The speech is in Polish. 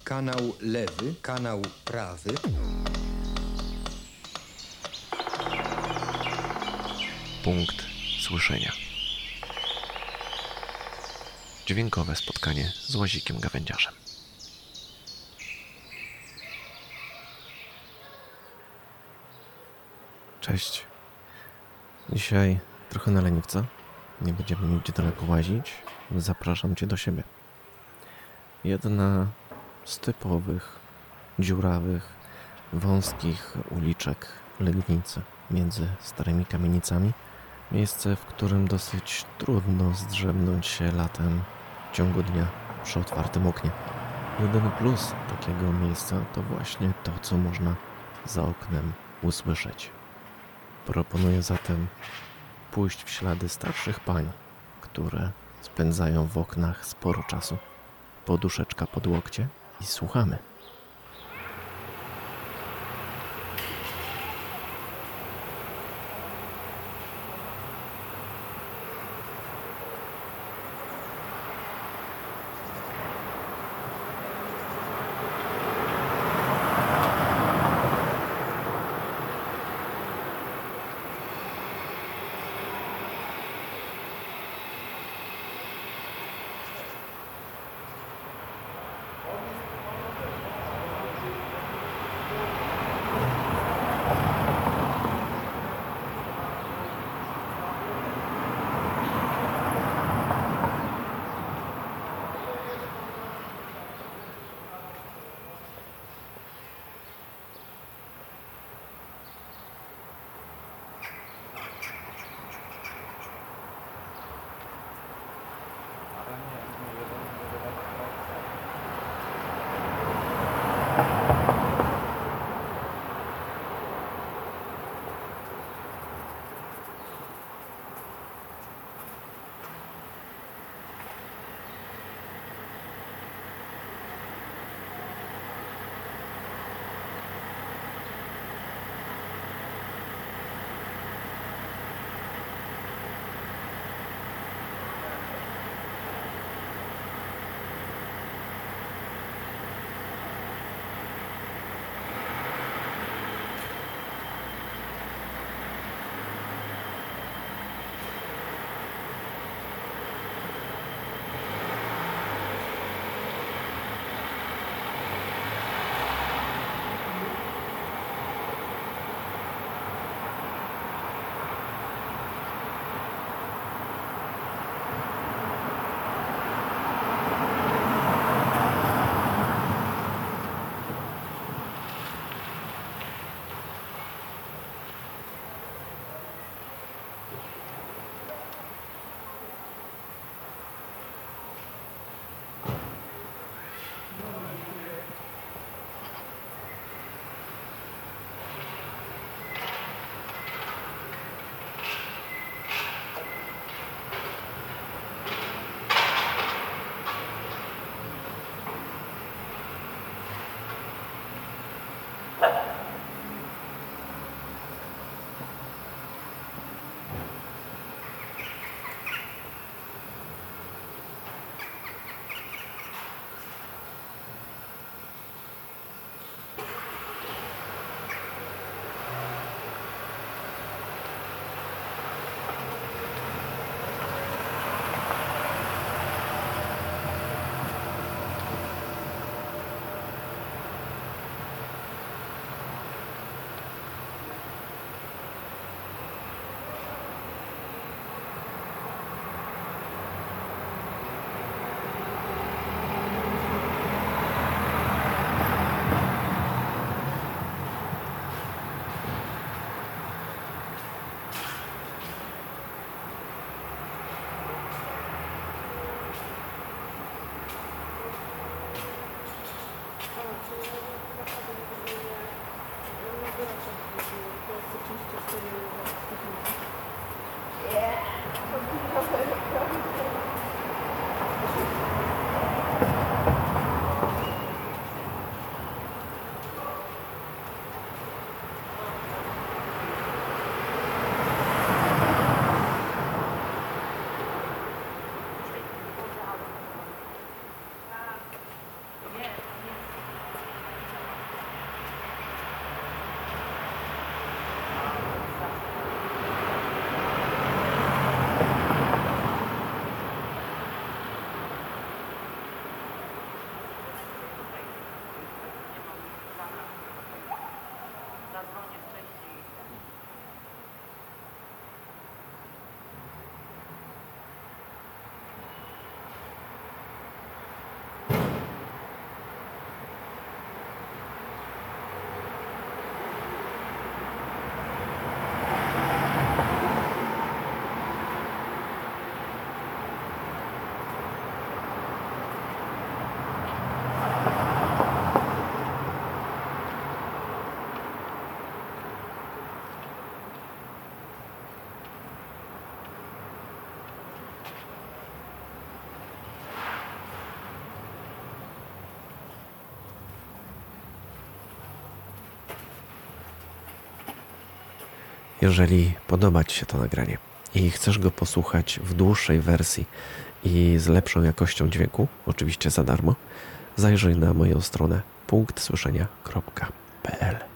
kanał lewy, kanał prawy. Punkt słyszenia. Dźwiękowe spotkanie z Łazikiem Gawędziarzem. Cześć. Dzisiaj trochę na leniwca. Nie będziemy nigdzie daleko łazić. Zapraszam Cię do siebie. Jedna z typowych, dziurawych, wąskich uliczek Legnicy między starymi kamienicami. Miejsce, w którym dosyć trudno zdrzemnąć się latem w ciągu dnia przy otwartym oknie. Jedyny plus takiego miejsca to właśnie to, co można za oknem usłyszeć. Proponuję zatem pójść w ślady starszych pań, które spędzają w oknach sporo czasu. Poduszeczka pod łokcie i słuchamy. Jeżeli podoba Ci się to nagranie i chcesz go posłuchać w dłuższej wersji i z lepszą jakością dźwięku, oczywiście za darmo, zajrzyj na moją stronę punktsłyszenia.pl.